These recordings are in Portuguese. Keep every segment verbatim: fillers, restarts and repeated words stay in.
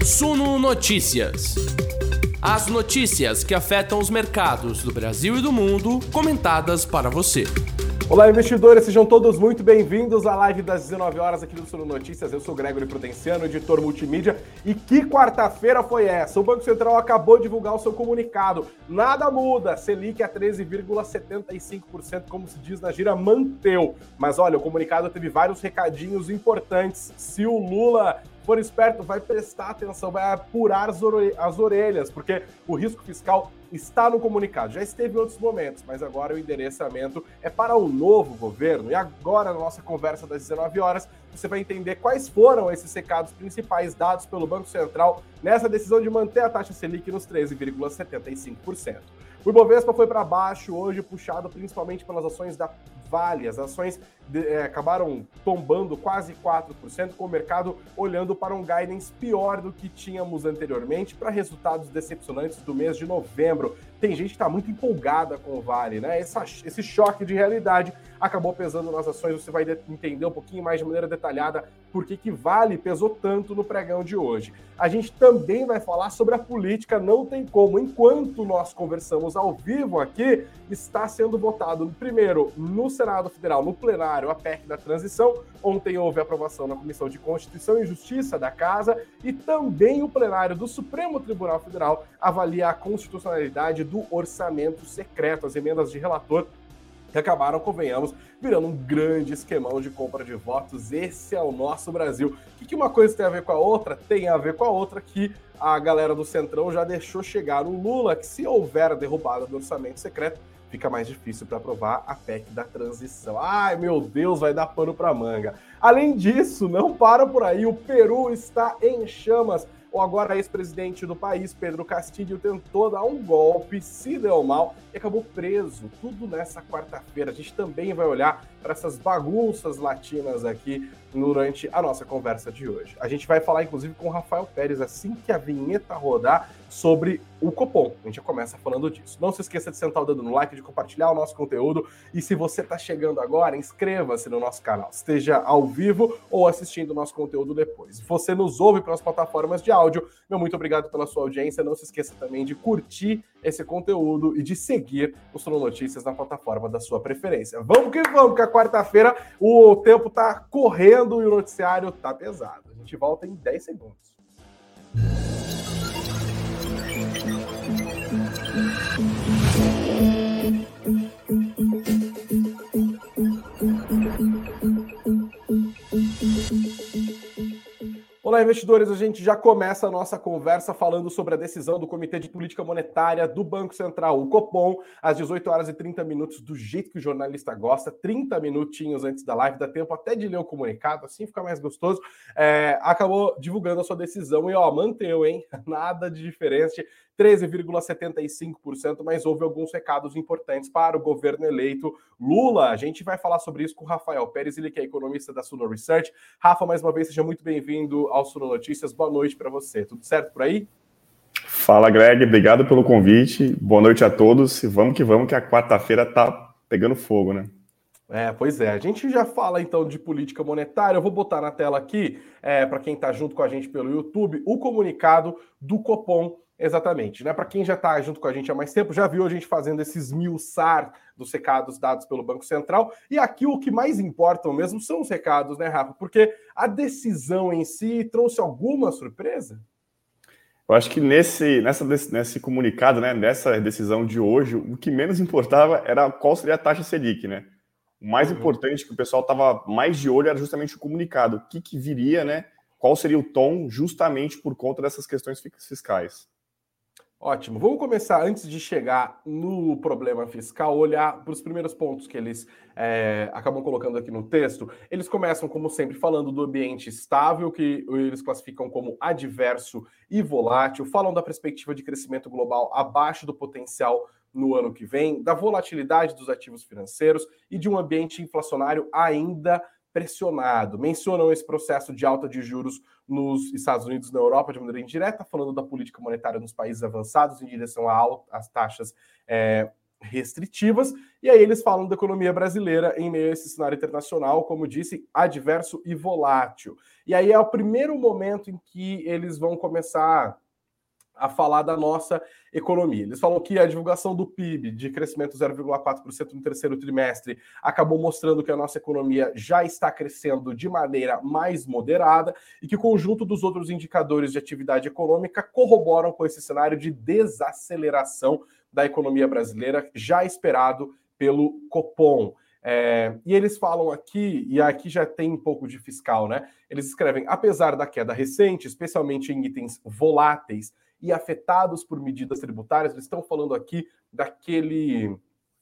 Suno Notícias. As notícias que afetam os mercados do Brasil e do mundo, comentadas para você. Olá, investidores, sejam todos muito bem-vindos à live das dezenove horas aqui do Suno Notícias. Eu sou o Gregory Prudenciano, editor multimídia. E que quarta-feira foi essa? O Banco Central acabou de divulgar o seu comunicado. Nada muda, Selic a treze vírgula setenta e cinco por cento, como se diz na gíria, manteu. Mas olha, o comunicado teve vários recadinhos importantes. Se o Lula for esperto, vai prestar atenção, vai apurar as, ore- as orelhas, porque o risco fiscal está no comunicado. Já esteve em outros momentos, mas agora o endereçamento é para o novo governo. E agora, na nossa conversa das dezenove horas, você vai entender quais foram esses recados principais dados pelo Banco Central nessa decisão de manter a taxa Selic nos treze vírgula setenta e cinco por cento. O Ibovespa foi para baixo hoje, puxado principalmente pelas ações da Vale. As ações de, é, acabaram tombando quase quatro por cento, com o mercado olhando para um guidance pior do que tínhamos anteriormente para resultados decepcionantes do mês de novembro. Tem gente que está muito empolgada com o Vale, né? Essa, esse choque de realidade acabou pesando nas ações. Você vai de- entender um pouquinho mais de maneira detalhada por que que Vale pesou tanto no pregão de hoje. A gente também vai falar sobre a política, não tem como. Enquanto nós conversamos ao vivo aqui, está sendo votado, primeiro, no Senado Federal, no plenário, a P E C da transição. Ontem houve aprovação na Comissão de Constituição e Justiça da Casa e também o plenário do Supremo Tribunal Federal avalia a constitucionalidade do orçamento secreto, as emendas de relator que acabaram, convenhamos, virando um grande esquemão de compra de votos. Esse é o nosso Brasil. O que, que uma coisa tem a ver com a outra? Tem a ver com a outra que a galera do Centrão já deixou chegar o Lula, que se houver a derrubada do orçamento secreto, fica mais difícil para aprovar a P E C da transição. Ai, meu Deus, vai dar pano para manga. Além disso, não para por aí, o Peru está em chamas. O agora ex-presidente do país, Pedro Castillo, tentou dar um golpe, se deu mal e acabou preso. Tudo nessa quarta-feira. A gente também vai olhar para essas bagunças latinas aqui durante a nossa conversa de hoje. A gente vai falar, inclusive, com o Rafael Pérez, assim que a vinheta rodar, sobre o Copom. A gente já começa falando disso. Não se esqueça de sentar o dedo no like, de compartilhar o nosso conteúdo. E se você está chegando agora, inscreva-se no nosso canal, esteja ao vivo ou assistindo o nosso conteúdo depois. Se você nos ouve pelas plataformas de áudio, meu muito obrigado pela sua audiência. Não se esqueça também de curtir esse conteúdo e de seguir o Suno Notícias na plataforma da sua preferência. Vamos que vamos, que a quarta-feira o tempo tá correndo e o noticiário tá pesado. A gente volta em dez segundos. Olá, investidores, a gente já começa a nossa conversa falando sobre a decisão do Comitê de Política Monetária do Banco Central, o Copom, às dezoito horas e trinta minutos, do jeito que o jornalista gosta, trinta minutinhos antes da live, dá tempo até de ler o comunicado, assim fica mais gostoso, é, acabou divulgando a sua decisão e, ó, manteu, hein? Nada de diferente, treze vírgula setenta e cinco por cento, mas houve alguns recados importantes para o governo eleito Lula. A gente vai falar sobre isso com o Rafael Pérez, ele que é economista da Suno Research. Rafa, mais uma vez, seja muito bem-vindo ao Suno Notícias. Boa noite para você. Tudo certo por aí? Fala, Greg. Obrigado pelo convite. Boa noite a todos. E vamos que vamos, que a quarta-feira tá pegando fogo, né? É, pois é. A gente já fala, então, de política monetária. Eu vou botar na tela aqui, é, para quem está junto com a gente pelo YouTube, o comunicado do Copom. Exatamente, né? Para quem já está junto com a gente há mais tempo, já viu a gente fazendo esse esmiuçar dos recados dados pelo Banco Central. E aqui o que mais importam mesmo são os recados, né, Rafa? Porque a decisão em si trouxe alguma surpresa? Eu acho que nesse, nessa, nesse comunicado, né, nessa decisão de hoje, o que menos importava era qual seria a taxa Selic, né? O mais uhum. importante que o pessoal estava mais de olho era justamente o comunicado. O que, que viria, né? Qual seria o tom justamente por conta dessas questões fiscais. Ótimo. Vamos começar, antes de chegar no problema fiscal, olhar para os primeiros pontos que eles é, acabam colocando aqui no texto. Eles começam, como sempre, falando do ambiente estável, que eles classificam como adverso e volátil, falam da perspectiva de crescimento global abaixo do potencial no ano que vem, da volatilidade dos ativos financeiros e de um ambiente inflacionário ainda pressionado. Mencionam esse processo de alta de juros nos Estados Unidos e na Europa de maneira indireta, falando da política monetária nos países avançados em direção às taxas é, restritivas, e aí eles falam da economia brasileira em meio a esse cenário internacional, como disse, adverso e volátil. E aí é o primeiro momento em que eles vão começar a falar da nossa economia. Eles falam que a divulgação do P I B de crescimento zero vírgula quatro por cento no terceiro trimestre acabou mostrando que a nossa economia já está crescendo de maneira mais moderada e que o conjunto dos outros indicadores de atividade econômica corroboram com esse cenário de desaceleração da economia brasileira já esperado pelo Copom. É, e eles falam aqui, e aqui já tem um pouco de fiscal, né? Eles escrevem, apesar da queda recente, especialmente em itens voláteis e afetados por medidas tributárias, eles estão falando aqui daquele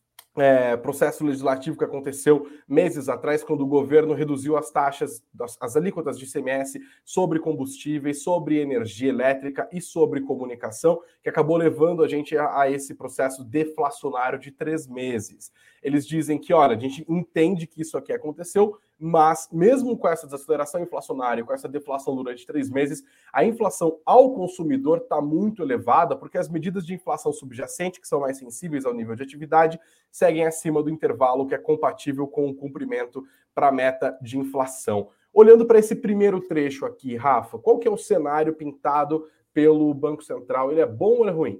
é, processo legislativo que aconteceu meses atrás, quando o governo reduziu as taxas, as alíquotas de I C M S sobre combustíveis, sobre energia elétrica e sobre comunicação, que acabou levando a gente a, a esse processo deflacionário de três meses. Eles dizem que, olha, a gente entende que isso aqui aconteceu, mas mesmo com essa desaceleração inflacionária, com essa deflação durante três meses, a inflação ao consumidor está muito elevada, porque as medidas de inflação subjacente, que são mais sensíveis ao nível de atividade, seguem acima do intervalo que é compatível com o cumprimento para a meta de inflação. Olhando para esse primeiro trecho aqui, Rafa, qual que é o cenário pintado pelo Banco Central? Ele é bom ou é ruim?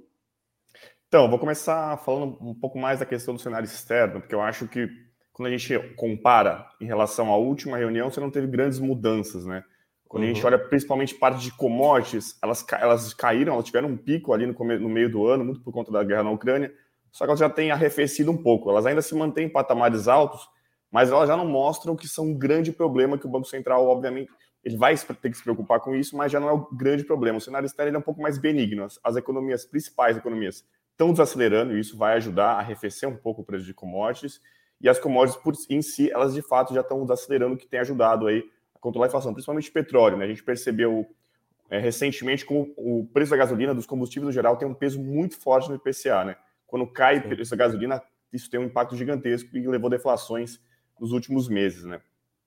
Então, vou começar falando um pouco mais da questão do cenário externo, porque eu acho que quando a gente compara em relação à última reunião, você não teve grandes mudanças, né? Quando uhum. a gente olha principalmente parte de commodities, elas, elas caíram, elas tiveram um pico ali no, no meio do ano, muito por conta da guerra na Ucrânia, só que elas já têm arrefecido um pouco. Elas ainda se mantêm em patamares altos, mas elas já não mostram que são um grande problema, que o Banco Central, obviamente, ele vai ter que se preocupar com isso, mas já não é o grande problema. O cenário externo ele é um pouco mais benigno. As, as economias, as principais economias, estão desacelerando, e isso vai ajudar a arrefecer um pouco o preço de commodities, e as commodities por, em si, elas de fato já estão desacelerando, o que tem ajudado aí a controlar a inflação, principalmente petróleo, né? A gente percebeu é, recentemente como o preço da gasolina, dos combustíveis no geral, tem um peso muito forte no I P C A, né? Quando cai o preço da gasolina, isso tem um impacto gigantesco e levou deflações nos últimos meses, né?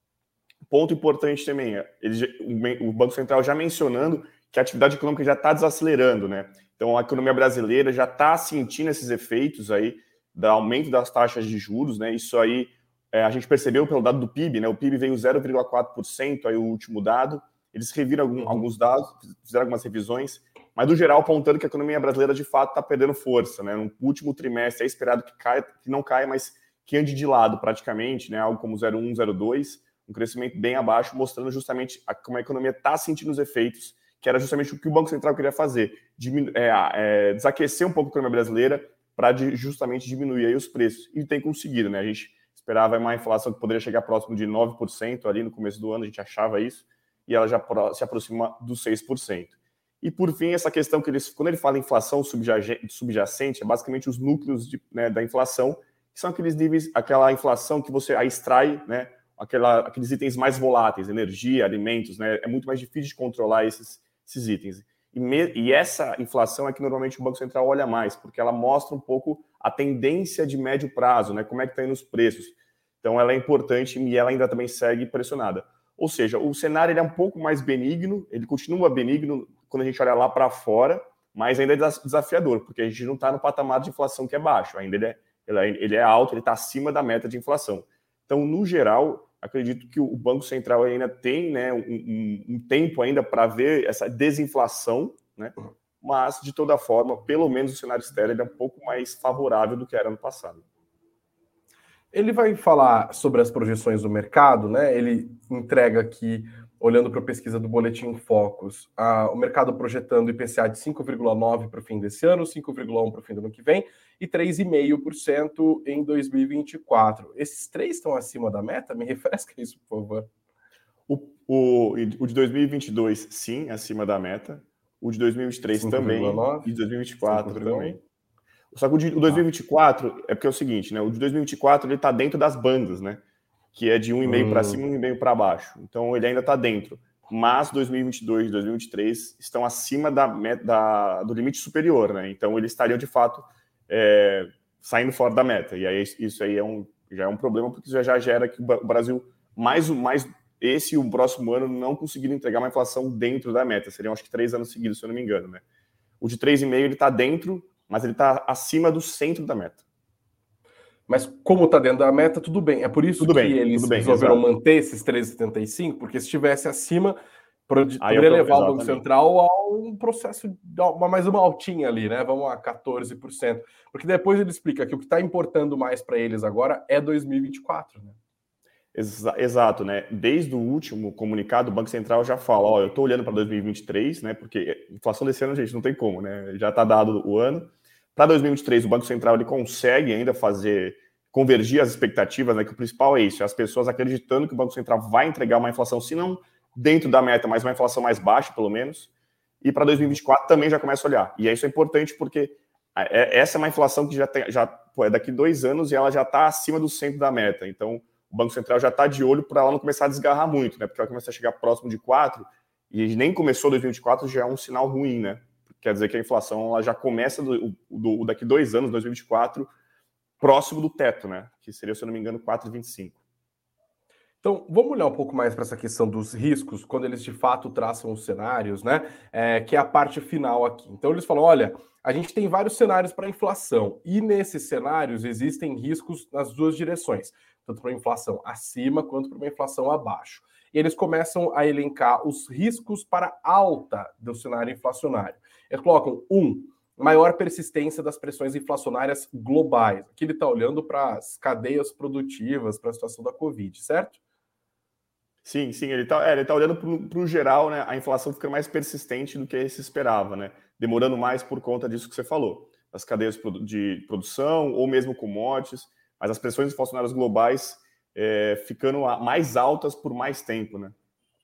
Ponto importante também, ele, o Banco Central já mencionando que a atividade econômica já está desacelerando, né? Então, a economia brasileira já está sentindo esses efeitos aí do aumento das taxas de juros, né? Isso aí é, a gente percebeu pelo dado do P I B, né? O P I B veio zero vírgula quatro por cento, aí o último dado. Eles reviram algum, alguns dados, fizeram algumas revisões, mas no geral apontando que a economia brasileira de fato está perdendo força, né? No último trimestre é esperado que caia, que não caia, mas que ande de lado praticamente, né? Algo como zero vírgula um, zero vírgula dois, um crescimento bem abaixo, mostrando justamente a, como a economia está sentindo os efeitos, que era justamente o que o Banco Central queria fazer, diminu- é, é, desaquecer um pouco a economia brasileira para justamente diminuir aí os preços. E tem conseguido, né? A gente esperava uma inflação que poderia chegar próximo de nove por cento ali no começo do ano, a gente achava isso, e ela já se aproxima dos seis por cento. E por fim, essa questão que eles, quando ele fala inflação subjacente, é basicamente os núcleos de, né, da inflação, que são aqueles níveis, aquela inflação que você a extrai, né? Aquela, aqueles itens mais voláteis, energia, alimentos, né? É muito mais difícil de controlar esses, esses itens. E, me, e essa inflação é que normalmente o Banco Central olha mais, porque ela mostra um pouco a tendência de médio prazo, né? Como é que está indo os preços. Então ela é importante e ela ainda também segue pressionada. Ou seja, o cenário ele é um pouco mais benigno, ele continua benigno quando a gente olha lá para fora, mas ainda é desafiador, porque a gente não está no patamar de inflação que é baixo, ainda ele é, ele é alto, ele está acima da meta de inflação. Então, no geral, acredito que o Banco Central ainda tem, né, um, um, um tempo ainda para ver essa desinflação, né? Mas, de toda forma, pelo menos o cenário externo ele é um pouco mais favorável do que era no passado. Ele vai falar sobre as projeções do mercado, né? Ele entrega aqui, olhando para a pesquisa do Boletim Focus, a, o mercado projetando I P C A de cinco vírgula nove por cento para o fim desse ano, cinco vírgula um por cento para o fim do ano que vem e três vírgula cinco por cento em dois mil e vinte e quatro. Esses três estão acima da meta? Me refresca isso, por favor. O, o, o de dois mil e vinte e dois, sim, acima da meta. O de dois mil e vinte e três também. E de dois mil e vinte e quatro também. Só que o de dois mil e vinte e quatro ah. é porque é o seguinte, né? O de dois mil e vinte e quatro ele está dentro das bandas, né? Que é de um vírgula cinco hum. para cima e um vírgula cinco para baixo. Então ele ainda está dentro. Mas dois mil e vinte e dois e dois mil e vinte e três estão acima da, da, do limite superior, né? Então eles estariam de fato é, saindo fora da meta. E aí isso aí é um, já é um problema, porque já, já gera que o Brasil, mais, mais esse e o próximo ano, não conseguiram entregar uma inflação dentro da meta. Seriam acho que três anos seguidos, se eu não me engano, né? O de três vírgula cinco ele está dentro, mas ele está acima do centro da meta. Mas como está dentro da meta, tudo bem. É por isso tudo que bem, eles tudo bem, resolveram exato. manter esses treze vírgula setenta e cinco, porque se estivesse acima, Aí eu poderia tô, levar o Banco exatamente. Central a um processo, uma, mais uma altinha ali, né? Vamos a quatorze por cento. Porque depois ele explica que o que está importando mais para eles agora é dois mil e vinte e quatro, né? Exa- Exato, né? Desde o último comunicado, o Banco Central já fala, ó, eu estou olhando para dois mil e vinte e três, né? Porque inflação desse ano, gente, não tem como, né? Já está dado o ano. Para dois mil e vinte e três, o Banco Central ele consegue ainda fazer convergir as expectativas, né? Que o principal é isso, é as pessoas acreditando que o Banco Central vai entregar uma inflação, se não dentro da meta, mas uma inflação mais baixa, pelo menos. E para dois mil e vinte e quatro também já começa a olhar. E isso é importante porque essa é uma inflação que já tem, já pô, é daqui dois anos e ela já está acima do centro da meta. Então o Banco Central já está de olho para ela não começar a desgarrar muito, né? Porque ela começa a chegar próximo de quatro e nem começou dois mil e vinte e quatro, já é um sinal ruim, né? Quer dizer que a inflação ela já começa do, do, daqui dois anos, dois mil e vinte e quatro, próximo do teto, né? Que seria, se eu não me engano, quatro vírgula vinte e cinco. Então, vamos olhar um pouco mais para essa questão dos riscos, quando eles de fato traçam os cenários, né? É, que é a parte final aqui. Então, eles falam: olha, a gente tem vários cenários para a inflação, e nesses cenários existem riscos nas duas direções, tanto para a inflação acima quanto para uma inflação abaixo. E eles começam a elencar os riscos para alta do cenário inflacionário. Eles colocam um. Maior persistência das pressões inflacionárias globais. Aqui ele está olhando para as cadeias produtivas, para a situação da Covid, certo? Sim, sim, ele está é, ele tá olhando para o geral, né? A inflação fica mais persistente do que se esperava, né? Demorando mais por conta disso que você falou, das cadeias de produção ou mesmo commodities, mas as pressões inflacionárias globais é, ficando mais altas por mais tempo, né?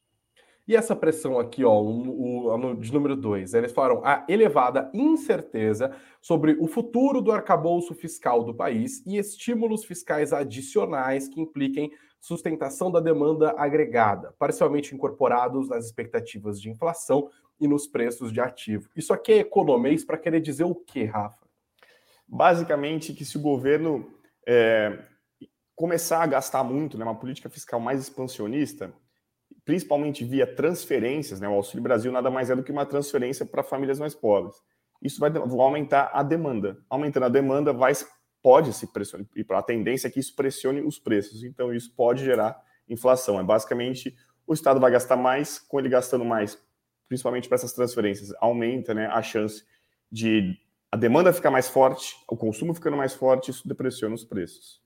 E essa pressão aqui, ó, o, o, de número dois, eles falaram a elevada incerteza sobre o futuro do arcabouço fiscal do país e estímulos fiscais adicionais que impliquem sustentação da demanda agregada, parcialmente incorporados nas expectativas de inflação e nos preços de ativo. Isso aqui é economês para querer dizer o quê, Rafa? Basicamente que se o governo é, começar a gastar muito, né, uma política fiscal mais expansionista, principalmente via transferências, né? O Auxílio Brasil nada mais é do que uma transferência para famílias mais pobres. Isso vai, vai aumentar a demanda. Aumentando a demanda, vai, pode se pressionar, e a tendência é que isso pressione os preços. Então, isso pode gerar inflação. É basicamente, o Estado vai gastar mais, com ele gastando mais, principalmente para essas transferências, aumenta, né, a chance de a demanda ficar mais forte, o consumo ficando mais forte, isso depressiona os preços.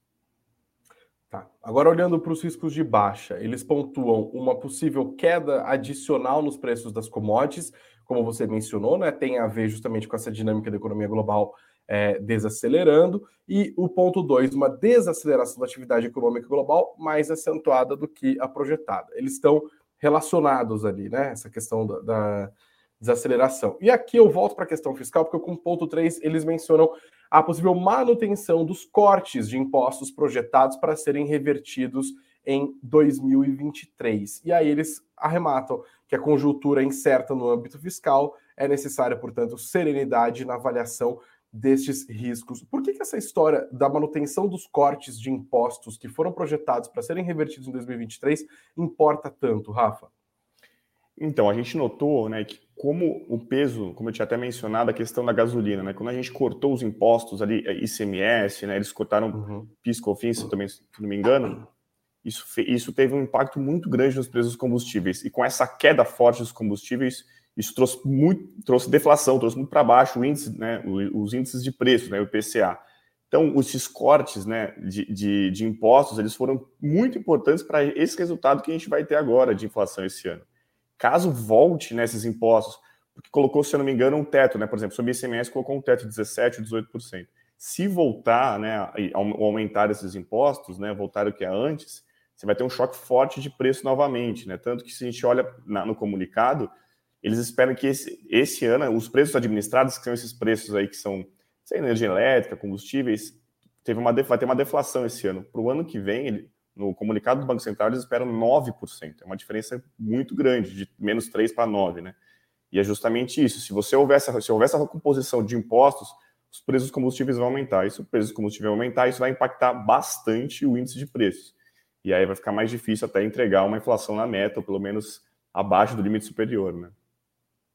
Tá. Agora, olhando para os riscos de baixa, eles pontuam uma possível queda adicional nos preços das commodities, como você mencionou, né? Tem a ver justamente com essa dinâmica da economia global é, desacelerando. E o ponto dois, uma desaceleração da atividade econômica global mais acentuada do que a projetada. Eles estão relacionados ali, né? Essa questão da, da desaceleração. E aqui eu volto para a questão fiscal, porque com o ponto três eles mencionam a possível manutenção dos cortes de impostos projetados para serem revertidos em dois mil e vinte e três. E aí eles arrematam que a conjuntura incerta no âmbito fiscal é necessária, portanto, serenidade na avaliação destes riscos. Por que, que essa história da manutenção dos cortes de impostos que foram projetados para serem revertidos em dois mil e vinte e três importa tanto, Rafa? Então, a gente notou, né, que como o peso, como eu tinha até mencionado, a questão da gasolina, né, quando a gente cortou os impostos ali, I C M S, né, eles cortaram uhum. PIS, COFINS, se também, se não me engano, isso, isso teve um impacto muito grande nos preços dos combustíveis. E com essa queda forte dos combustíveis, isso trouxe muito, trouxe deflação, trouxe muito para baixo o índice, né, os índices de preço, né, o I P C A. Então, esses cortes, né, de, de, de impostos, eles foram muito importantes para esse resultado que a gente vai ter agora de inflação esse ano. Caso volte nesses impostos, porque colocou, se eu não me engano, um teto, né? Por exemplo, sobre o I C M S colocou um teto de dezessete, dezoito por cento. Se voltar, né, a aumentar esses impostos, né, voltar o que é antes, você vai ter um choque forte de preço novamente, né? Tanto que se a gente olha na, no comunicado, eles esperam que esse, esse ano os preços administrados, que são esses preços aí que são sei, energia elétrica, combustíveis, teve uma, vai ter uma deflação esse ano. Para o ano que vem, ele no comunicado do Banco Central, eles esperam nove por cento. É uma diferença muito grande, de menos três para nove, né? E é justamente isso. Se você houver essa, se houver essa recomposição de impostos, os preços dos combustíveis vão aumentar. E se o preço do combustível aumentar, isso vai impactar bastante o índice de preços. E aí vai ficar mais difícil até entregar uma inflação na meta, ou pelo menos abaixo do limite superior, né?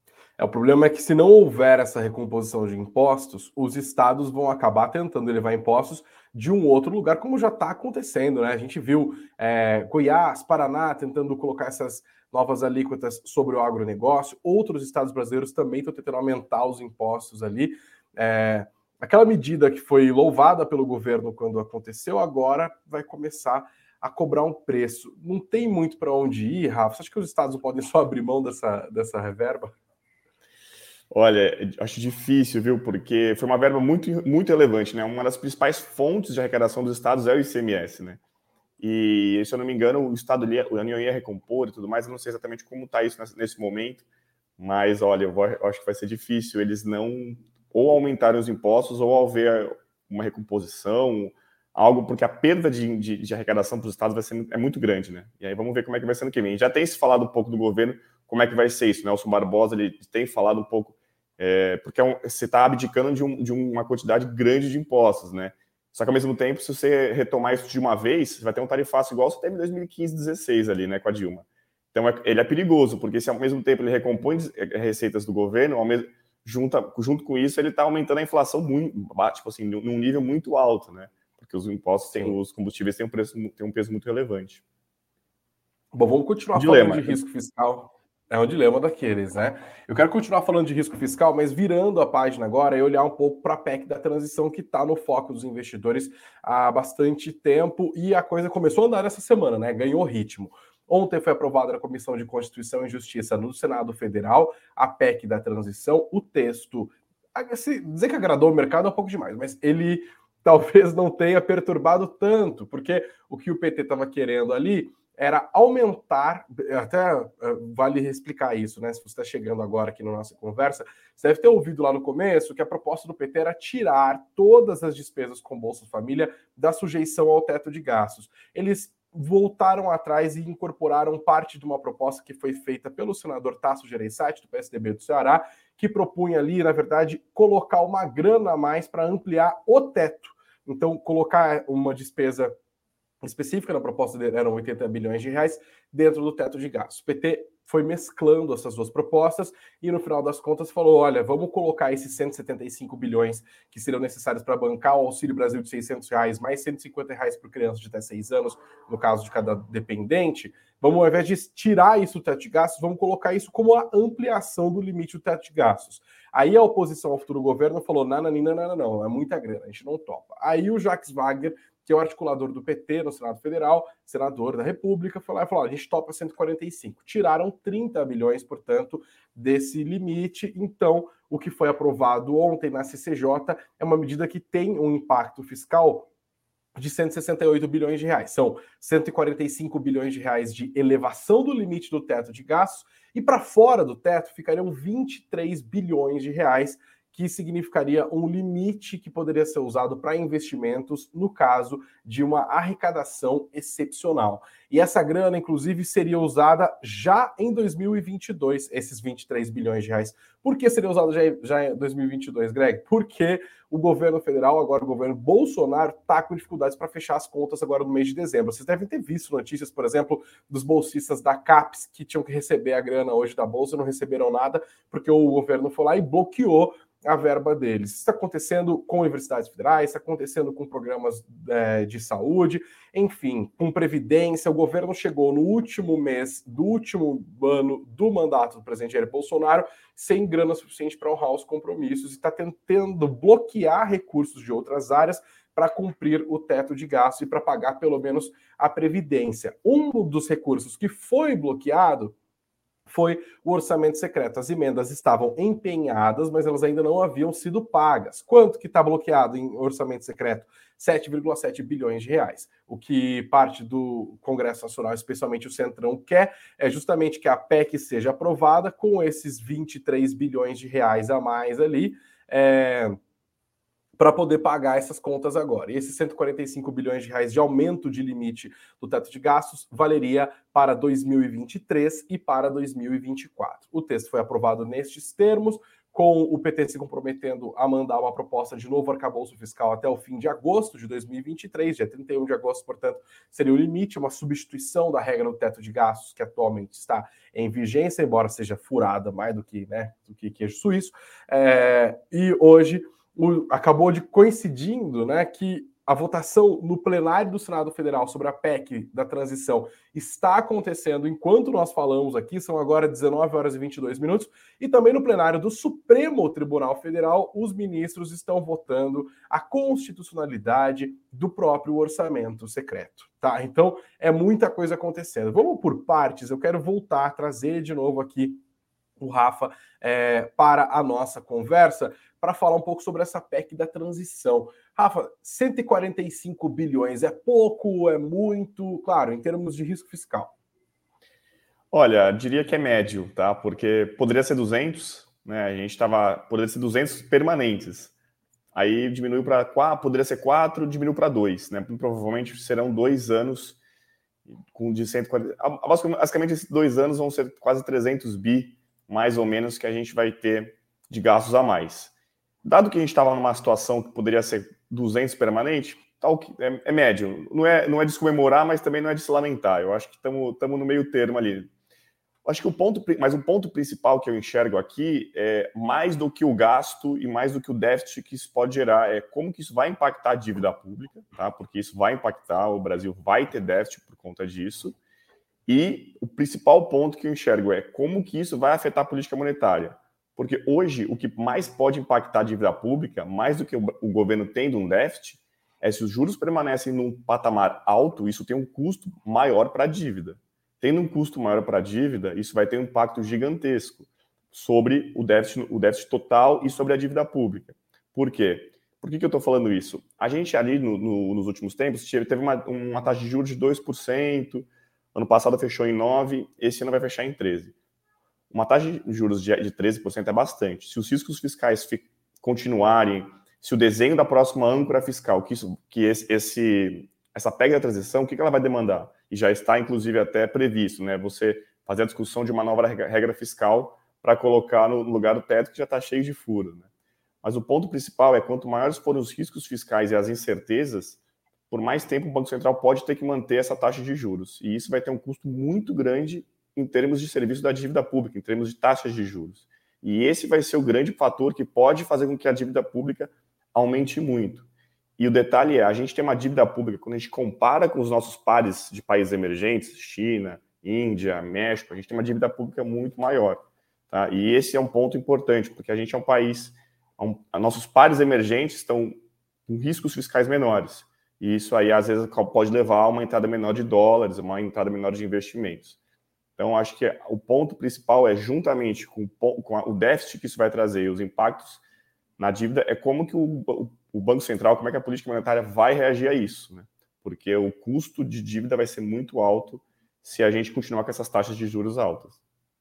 É, o problema é que se não houver essa recomposição de impostos, os estados vão acabar tentando elevar impostos de um outro lugar, como já está acontecendo, né? A gente viu é, Goiás, Paraná tentando colocar essas novas alíquotas sobre o agronegócio, outros estados brasileiros também estão tentando aumentar os impostos ali. É, aquela medida que foi louvada pelo governo quando aconteceu, agora vai começar a cobrar um preço. Não tem muito para onde ir, Rafa? Você acha que os estados não podem só abrir mão dessa, dessa reverba? Olha, acho difícil, viu? Porque foi uma verba muito, muito relevante, né? Uma das principais fontes de arrecadação dos estados é o I C M S, né? E, se eu não me engano, o estado ali, a União ia recompor e tudo mais, eu não sei exatamente como está isso nesse momento, mas, olha, eu, vou, eu acho que vai ser difícil eles não ou aumentarem os impostos ou haver uma recomposição, algo, porque a perda de, de, de arrecadação para os estados vai ser, é muito grande, né? E aí vamos ver como é que vai ser no que vem. Já tem se falado um pouco do governo, como é que vai ser isso, né? O Nelson Barbosa, ele tem falado um pouco, é, porque é um, você está abdicando de, um, de uma quantidade grande de impostos, né? Só que, ao mesmo tempo, se você retomar isso de uma vez, você vai ter um tarifaço igual você teve em dois mil e quinze, dezesseis ali, né, com a Dilma. Então, é, ele é perigoso, porque se ao mesmo tempo ele recompõe receitas do governo, ao mesmo, junta, junto com isso, ele está aumentando a inflação muito, tipo assim, num nível muito alto, né? Porque os impostos, têm, os combustíveis têm um, preço, têm um peso muito relevante. Bom, vamos continuar Dilema. falando de risco fiscal. É um dilema daqueles, né? Eu quero continuar falando de risco fiscal, mas virando a página agora e olhar um pouco para a P E C da transição, que está no foco dos investidores há bastante tempo, e a coisa começou a andar essa semana, né? Ganhou ritmo. Ontem foi aprovada na Comissão de Constituição e Justiça no Senado Federal a P E C da transição. O texto, dizer que agradou o mercado é um pouco demais, mas ele talvez não tenha perturbado tanto, porque o que o P T estava querendo ali era aumentar, até uh, vale explicar isso, né? Se você está chegando agora aqui na nossa conversa, você deve ter ouvido lá no começo que a proposta do P T era tirar todas as despesas com Bolsa Família da sujeição ao teto de gastos. Eles voltaram atrás e incorporaram parte de uma proposta que foi feita pelo senador Tasso Gereissati, do P S D B do Ceará, que propunha ali, na verdade, colocar uma grana a mais para ampliar o teto. Então, colocar uma despesa específica na proposta dele, eram oitenta bilhões de reais dentro do teto de gastos. O P T foi mesclando essas duas propostas e, no final das contas, falou, olha, vamos colocar esses cento e setenta e cinco bilhões que seriam necessários para bancar o Auxílio Brasil de seiscentos reais, mais cento e cinquenta reais por criança de até seis anos, no caso de cada dependente. Vamos, ao invés de tirar isso do teto de gastos, vamos colocar isso como a ampliação do limite do teto de gastos. Aí a oposição ao futuro governo falou, não, não, não, não, não, é muita grana, a gente não topa. Aí o Jacques Wagner, que é o articulador do P T no Senado Federal, senador da República, foi lá e falou, a gente topa cento e quarenta e cinco. Tiraram trinta bilhões, portanto, desse limite. Então, o que foi aprovado ontem na C C J é uma medida que tem um impacto fiscal de cento e sessenta e oito bilhões de reais. São cento e quarenta e cinco bilhões de reais de elevação do limite do teto de gastos e para fora do teto ficariam vinte e três bilhões de reais, que significaria um limite que poderia ser usado para investimentos no caso de uma arrecadação excepcional. E essa grana, inclusive, seria usada já em dois mil e vinte e dois, esses vinte e três bilhões de reais. Por que seria usado já, já em dois mil e vinte e dois, Greg? Porque o governo federal, agora o governo Bolsonaro, está com dificuldades para fechar as contas agora no mês de dezembro. Vocês devem ter visto notícias, por exemplo, dos bolsistas da CAPES que tinham que receber a grana hoje da Bolsa, não receberam nada, porque o governo foi lá e bloqueou a verba deles. Isso está acontecendo com universidades federais, está acontecendo com programas é, de saúde, enfim, com previdência. O governo chegou no último mês do último ano do mandato do presidente Jair Bolsonaro sem grana suficiente para honrar os compromissos e está tentando bloquear recursos de outras áreas para cumprir o teto de gasto e para pagar pelo menos a previdência. Um dos recursos que foi bloqueado foi o orçamento secreto. As emendas estavam empenhadas, mas elas ainda não haviam sido pagas. Quanto que está bloqueado em orçamento secreto? sete vírgula sete bilhões de reais. O que parte do Congresso Nacional, especialmente o Centrão, quer é justamente que a P E C seja aprovada com esses vinte e três bilhões de reais a mais ali, é, para poder pagar essas contas agora. E esses cento e quarenta e cinco bilhões de reais de aumento de limite do teto de gastos valeria para dois mil e vinte e três e para dois mil e vinte e quatro. O texto foi aprovado nestes termos, com o P T se comprometendo a mandar uma proposta de novo arcabouço fiscal até o fim de agosto de dois mil e vinte e três, dia trinta e um de agosto, portanto, seria o limite, uma substituição da regra do teto de gastos que atualmente está em vigência, embora seja furada mais do que, né, do que queijo suíço, é, e hoje o, acabou de coincidindo, né, que a votação no plenário do Senado Federal sobre a P E C da transição está acontecendo enquanto nós falamos aqui, são agora dezenove horas e vinte e dois minutos, e também no plenário do Supremo Tribunal Federal, os ministros estão votando a constitucionalidade do próprio orçamento secreto, tá? Então, é muita coisa acontecendo. Vamos por partes, eu quero voltar, trazer de novo aqui o Rafa é, para a nossa conversa, para falar um pouco sobre essa P E C da transição. Rafa, cento e quarenta e cinco bilhões é pouco, é muito? Claro, em termos de risco fiscal. Olha, diria que é médio, tá? Porque poderia ser duzentos, né? A gente estava... Poderia ser duzentos permanentes. Aí diminuiu para quatro, poderia ser quatro, diminuiu para dois, né? Provavelmente serão dois anos com de cento e quarenta... Basicamente, esses dois anos vão ser quase trezentos bi, mais ou menos, que a gente vai ter de gastos a mais. Dado que a gente estava numa situação que poderia ser duzentos permanente, tal que é, é médio. Não é, não é de se comemorar, mas também não é de se lamentar. Eu acho que estamos no meio termo ali. Eu acho que o ponto, mas o ponto principal que eu enxergo aqui é mais do que o gasto e mais do que o déficit que isso pode gerar, é como que isso vai impactar a dívida pública, tá? Porque isso vai impactar, o Brasil vai ter déficit por conta disso. E o principal ponto que eu enxergo é como que isso vai afetar a política monetária. Porque hoje, o que mais pode impactar a dívida pública, mais do que o, o governo tendo um déficit, é se os juros permanecem num patamar alto, isso tem um custo maior para a dívida. Tendo um custo maior para a dívida, isso vai ter um impacto gigantesco sobre o déficit, o déficit total e sobre a dívida pública. Por quê? Por que, que eu estou falando isso? A gente ali, no, no, nos últimos tempos, teve uma, uma taxa de juros de dois por cento, ano passado fechou em nove por cento, esse ano vai fechar em treze por cento. Uma taxa de juros de treze por cento é bastante. Se os riscos fiscais continuarem, se o desenho da próxima âncora fiscal, que, isso, que esse, esse, essa P E C da transição, o que ela vai demandar? E já está, inclusive, até previsto, né? Você fazer a discussão de uma nova regra fiscal para colocar no lugar do teto que já está cheio de furo, né? Mas o ponto principal é quanto maiores forem os riscos fiscais e as incertezas, por mais tempo o Banco Central pode ter que manter essa taxa de juros. E isso vai ter um custo muito grande em termos de serviço da dívida pública, em termos de taxas de juros. E esse vai ser o grande fator que pode fazer com que a dívida pública aumente muito. E o detalhe é, a gente tem uma dívida pública, quando a gente compara com os nossos pares de países emergentes, China, Índia, México, a gente tem uma dívida pública muito maior. Tá? E esse é um ponto importante, porque a gente é um país, um, nossos pares emergentes estão com riscos fiscais menores. E isso aí, às vezes, pode levar a uma entrada menor de dólares, uma entrada menor de investimentos. Então, acho que o ponto principal é, juntamente com o déficit que isso vai trazer e os impactos na dívida, é como que o, o Banco Central, como é que a política monetária vai reagir a isso, né? Porque o custo de dívida vai ser muito alto se a gente continuar com essas taxas de juros altas.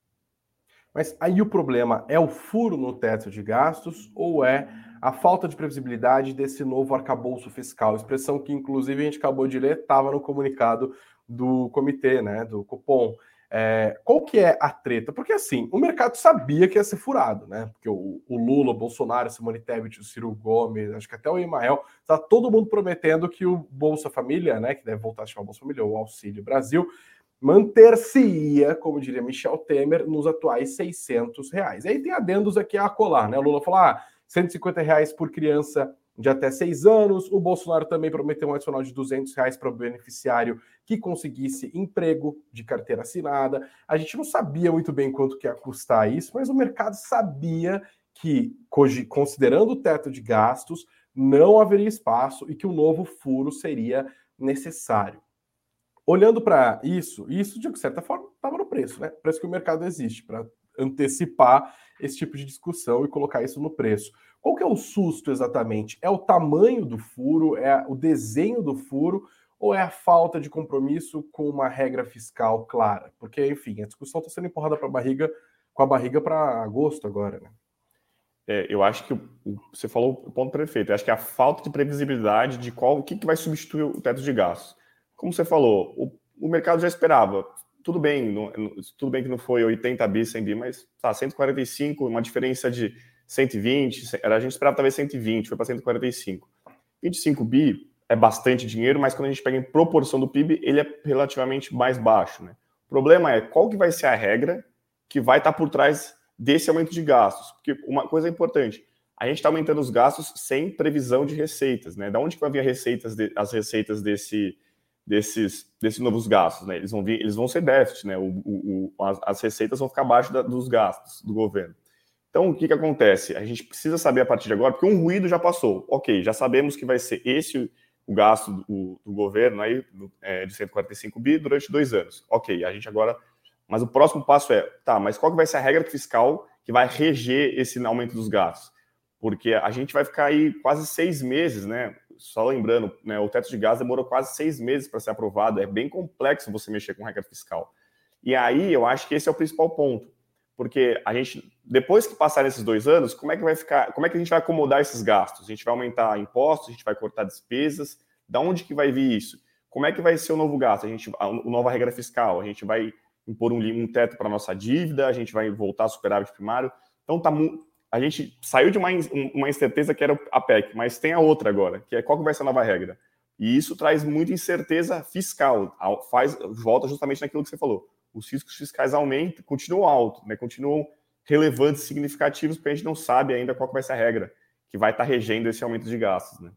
Mas aí o problema é o furo no teto de gastos ou é a falta de previsibilidade desse novo arcabouço fiscal? Expressão que, inclusive, a gente acabou de ler, estava no comunicado do comitê, né, do Copom. É, qual que é a treta? Porque, assim, o mercado sabia que ia ser furado, né? Porque o, o Lula, o Bolsonaro, o Simone Tebet, o Ciro Gomes, acho que até o Emael, tá todo mundo prometendo que o Bolsa Família, né, que deve voltar a chamar Bolsa Família, o Auxílio Brasil, manter-se-ia, como diria Michel Temer, nos atuais seiscentos reais. E aí tem adendos aqui a colar, né? O Lula falou, ah, cento e cinquenta reais por criança de até seis anos. O Bolsonaro também prometeu um adicional de duzentos reais para o beneficiário que conseguisse emprego de carteira assinada. A gente não sabia muito bem quanto que ia custar isso, mas o mercado sabia que, considerando o teto de gastos, não haveria espaço e que um novo furo seria necessário. Olhando para isso, isso de certa forma estava no preço, né? Preço que o mercado existe para antecipar esse tipo de discussão e colocar isso no preço. Qual que é o susto exatamente? É o tamanho do furo? É o desenho do furo? Ou é a falta de compromisso com uma regra fiscal clara? Porque, enfim, a discussão está sendo empurrada para a barriga, com a barriga para agosto agora, né? É, eu acho que o, o, você falou o ponto perfeito. Eu acho que é a falta de previsibilidade de qual o que, que vai substituir o teto de gastos. Como você falou, o, o mercado já esperava. Tudo bem, não, tudo bem que não foi oitenta bi, cem bi, mas tá, cento e quarenta e cinco, uma diferença de cento e vinte, a gente esperava talvez cento e vinte, foi para cento e quarenta e cinco. vinte e cinco bi é bastante dinheiro, mas quando a gente pega em proporção do P I B, ele é relativamente mais baixo, né? O problema é qual que vai ser a regra que vai estar por trás desse aumento de gastos. Porque uma coisa importante, a gente está aumentando os gastos sem previsão de receitas, né? Da onde que vai vir as receitas, de, as receitas desse, desses, desses novos gastos, né? Eles vão vir, eles vão ser déficit, né? O, o, o, as, as receitas vão ficar abaixo da, dos gastos do governo. Então, o que que acontece? A gente precisa saber a partir de agora, porque um ruído já passou. Ok, já sabemos que vai ser esse o gasto do, do governo aí, é, de cento e quarenta e cinco bi durante dois anos. Ok, a gente agora... Mas o próximo passo é, tá, mas qual que vai ser a regra fiscal que vai reger esse aumento dos gastos? Porque a gente vai ficar aí quase seis meses, né? Só lembrando, né, o teto de gastos demorou quase seis meses para ser aprovado. É bem complexo você mexer com regra fiscal. E aí eu acho que esse é o principal ponto. Porque a gente, depois que passar esses dois anos, como é que vai ficar, como é que a gente vai acomodar esses gastos? A gente vai aumentar impostos, a gente vai cortar despesas, da onde que vai vir isso? Como é que vai ser o novo gasto? A gente, a, a nova regra fiscal, a gente vai impor um, um teto para a nossa dívida, a gente vai voltar a superávit primário. Então tá, a gente saiu de uma, uma incerteza que era a P E C, mas tem a outra agora, que é qual que vai ser a nova regra. E isso traz muita incerteza fiscal, faz, volta justamente naquilo que você falou. Os riscos fiscais aumentam, continuam altos, né? Continuam relevantes, significativos, porque a gente não sabe ainda qual que vai ser a regra que vai estar regendo esse aumento de gastos, né?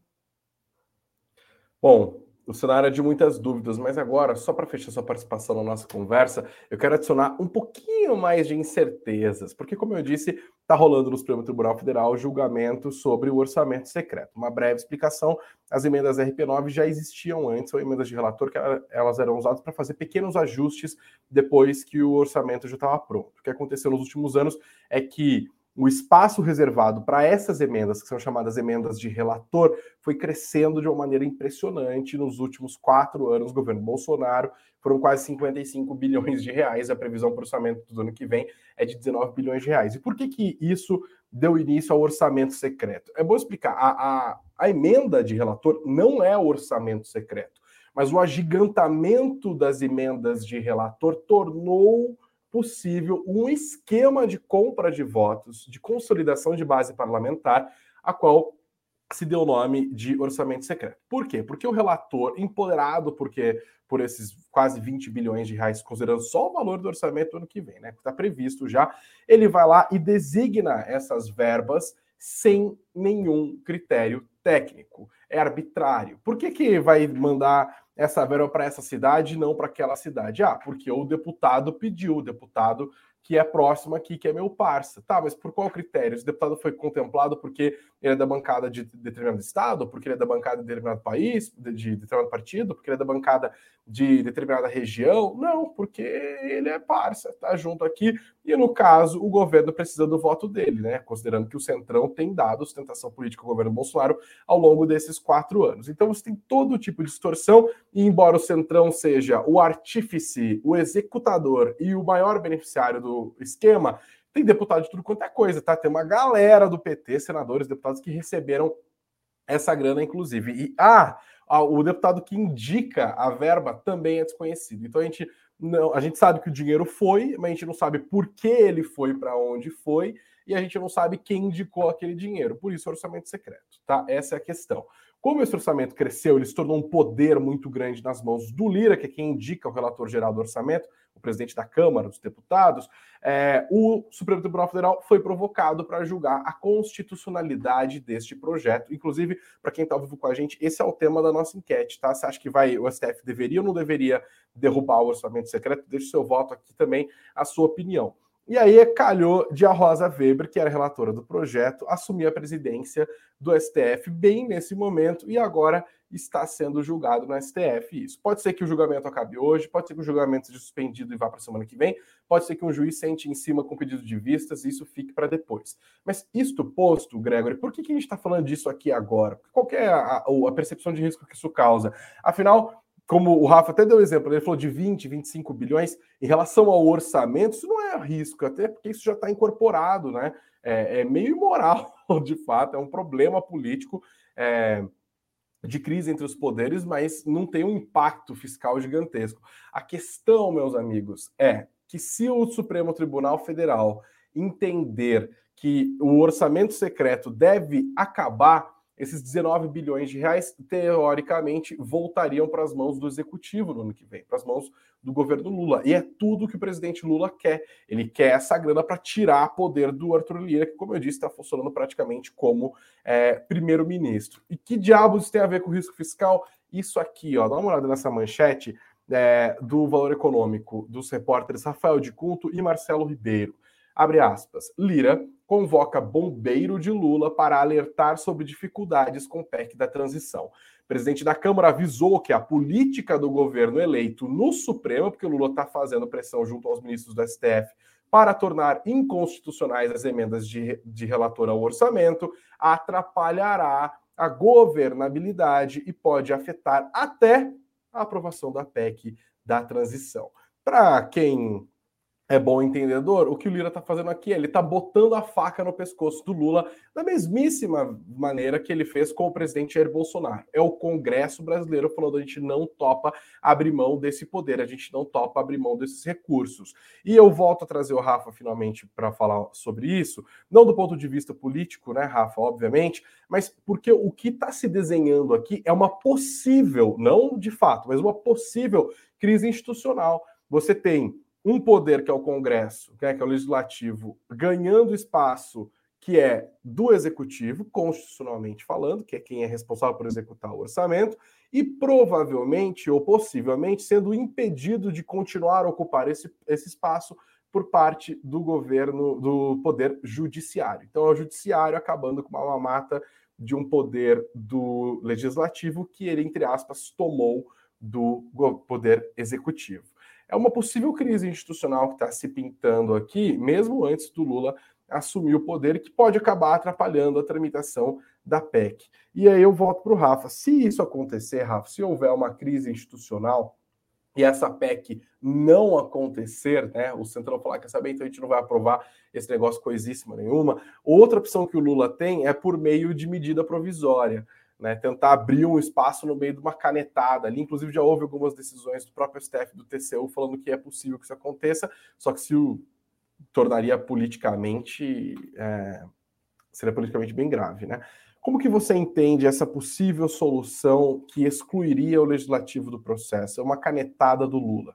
Bom, o cenário é de muitas dúvidas, mas agora, só para fechar sua participação na nossa conversa, eu quero adicionar um pouquinho mais de incertezas, porque, como eu disse, está rolando no Supremo Tribunal Federal o julgamento sobre o orçamento secreto. Uma breve explicação, as emendas R P nove já existiam antes, são emendas de relator, que elas eram usadas para fazer pequenos ajustes depois que o orçamento já estava pronto. O que aconteceu nos últimos anos é que o espaço reservado para essas emendas, que são chamadas emendas de relator, foi crescendo de uma maneira impressionante nos últimos quatro anos do governo Bolsonaro. Foram quase cinquenta e cinco bilhões de reais. A previsão para o orçamento do ano que vem é de dezenove bilhões de reais. E por que que isso deu início ao orçamento secreto? É bom explicar. A, a, a emenda de relator não é o orçamento secreto, mas o agigantamento das emendas de relator tornou possível um esquema de compra de votos, de consolidação de base parlamentar, a qual se deu o nome de orçamento secreto. Por quê? Porque o relator, empoderado porque, por esses quase vinte bilhões de reais, considerando só o valor do orçamento do ano que vem, né, que está previsto já, ele vai lá e designa essas verbas sem nenhum critério técnico. É arbitrário. Por que que vai mandar essa verba para essa cidade e não para aquela cidade? Ah, porque o deputado pediu, o deputado que é próximo aqui, que é meu parça. Tá, mas por qual critério? Esse deputado foi contemplado porque ele é da bancada de determinado estado, porque ele é da bancada de determinado país, de determinado partido, porque ele é da bancada de determinada região? Não, porque ele é parça, tá junto aqui. E no caso, o governo precisa do voto dele, né? Considerando que o Centrão tem dado sustentação política ao governo Bolsonaro ao longo desses quatro anos. Então você tem todo tipo de distorção, e embora o Centrão seja o artífice, o executador e o maior beneficiário do esquema, tem deputado de tudo quanto é coisa, tá? Tem uma galera do P T, senadores, deputados que receberam essa grana, inclusive. E ah, o deputado que indica a verba também é desconhecido. Então a gente não, a gente sabe que o dinheiro foi, mas a gente não sabe por que ele foi, para onde foi, e a gente não sabe quem indicou aquele dinheiro. Por isso, orçamento secreto, tá? Essa é a questão. Como esse orçamento cresceu, ele se tornou um poder muito grande nas mãos do Lira, que é quem indica o relator geral do orçamento, o presidente da Câmara dos Deputados, é, o Supremo Tribunal Federal foi provocado para julgar a constitucionalidade deste projeto. Inclusive, para quem está ao vivo com a gente, esse é o tema da nossa enquete, tá? Você acha que vai, o S T F deveria ou não deveria derrubar o orçamento secreto? Deixe seu voto aqui também, a sua opinião. E aí calhou de a Rosa Weber, que era relatora do projeto, assumir a presidência do S T F bem nesse momento e agora está sendo julgado no S T F isso. Pode ser que o julgamento acabe hoje, pode ser que o julgamento seja suspendido e vá para a semana que vem, pode ser que um juiz sente em cima com pedido de vistas e isso fique para depois. Mas isto posto, Gregory, por que, que a gente está falando disso aqui agora? Qual que é a, a, a percepção de risco que isso causa? Afinal, como o Rafa até deu exemplo, ele falou de vinte, vinte e cinco bilhões, em relação ao orçamento, isso não é risco, até porque isso já está incorporado, né? É, é meio imoral, de fato, é um problema político é, de crise entre os poderes, mas não tem um impacto fiscal gigantesco. A questão, meus amigos, é que se o Supremo Tribunal Federal entender que o orçamento secreto deve acabar, esses dezenove bilhões de reais, teoricamente, voltariam para as mãos do executivo no ano que vem, para as mãos do governo Lula. E é tudo que o presidente Lula quer. Ele quer essa grana para tirar poder do Arthur Lira, que, como eu disse, está funcionando praticamente como é, primeiro-ministro. E que diabos isso tem a ver com o risco fiscal? Isso aqui, ó, dá uma olhada nessa manchete é, do Valor Econômico, dos repórteres Rafael de Cunto e Marcelo Ribeiro. Abre aspas. Lira convoca bombeiro de Lula para alertar sobre dificuldades com o P E C da transição. O presidente da Câmara avisou que a política do governo eleito no Supremo, porque o Lula está fazendo pressão junto aos ministros do S T F para tornar inconstitucionais as emendas de, de relator ao orçamento, atrapalhará a governabilidade e pode afetar até a aprovação da P E C da transição. Para quem é bom entendedor, o que o Lira está fazendo aqui, ele está botando a faca no pescoço do Lula da mesmíssima maneira que ele fez com o presidente Jair Bolsonaro. É o Congresso brasileiro falando: a gente não topa abrir mão desse poder, a gente não topa abrir mão desses recursos. E eu volto a trazer o Rafa finalmente para falar sobre isso, não do ponto de vista político, né, Rafa, obviamente, mas porque o que está se desenhando aqui é uma possível, não de fato, mas uma possível crise institucional. Você tem um poder que é o Congresso, que é, que é o Legislativo, ganhando espaço que é do Executivo, constitucionalmente falando, que é quem é responsável por executar o orçamento, e provavelmente ou possivelmente sendo impedido de continuar a ocupar esse, esse espaço por parte do governo, do poder judiciário. Então é o judiciário acabando com uma mamata de um poder do Legislativo que ele, entre aspas, tomou do poder executivo. É uma possível crise institucional que está se pintando aqui, mesmo antes do Lula assumir o poder, que pode acabar atrapalhando a tramitação da P E C. E aí eu volto para o Rafa. Se isso acontecer, Rafa, se houver uma crise institucional e essa P E C não acontecer, né, o Centrão falar, quer saber, então a gente não vai aprovar esse negócio coisíssima nenhuma, outra opção que o Lula tem é por meio de medida provisória. Né, tentar abrir um espaço no meio de uma canetada ali. Inclusive já houve algumas decisões do próprio S T F, do T C U, falando que é possível que isso aconteça, só que se o tornaria politicamente é, seria politicamente bem grave, né? Como que você entende essa possível solução que excluiria o legislativo do processo? É uma canetada do Lula.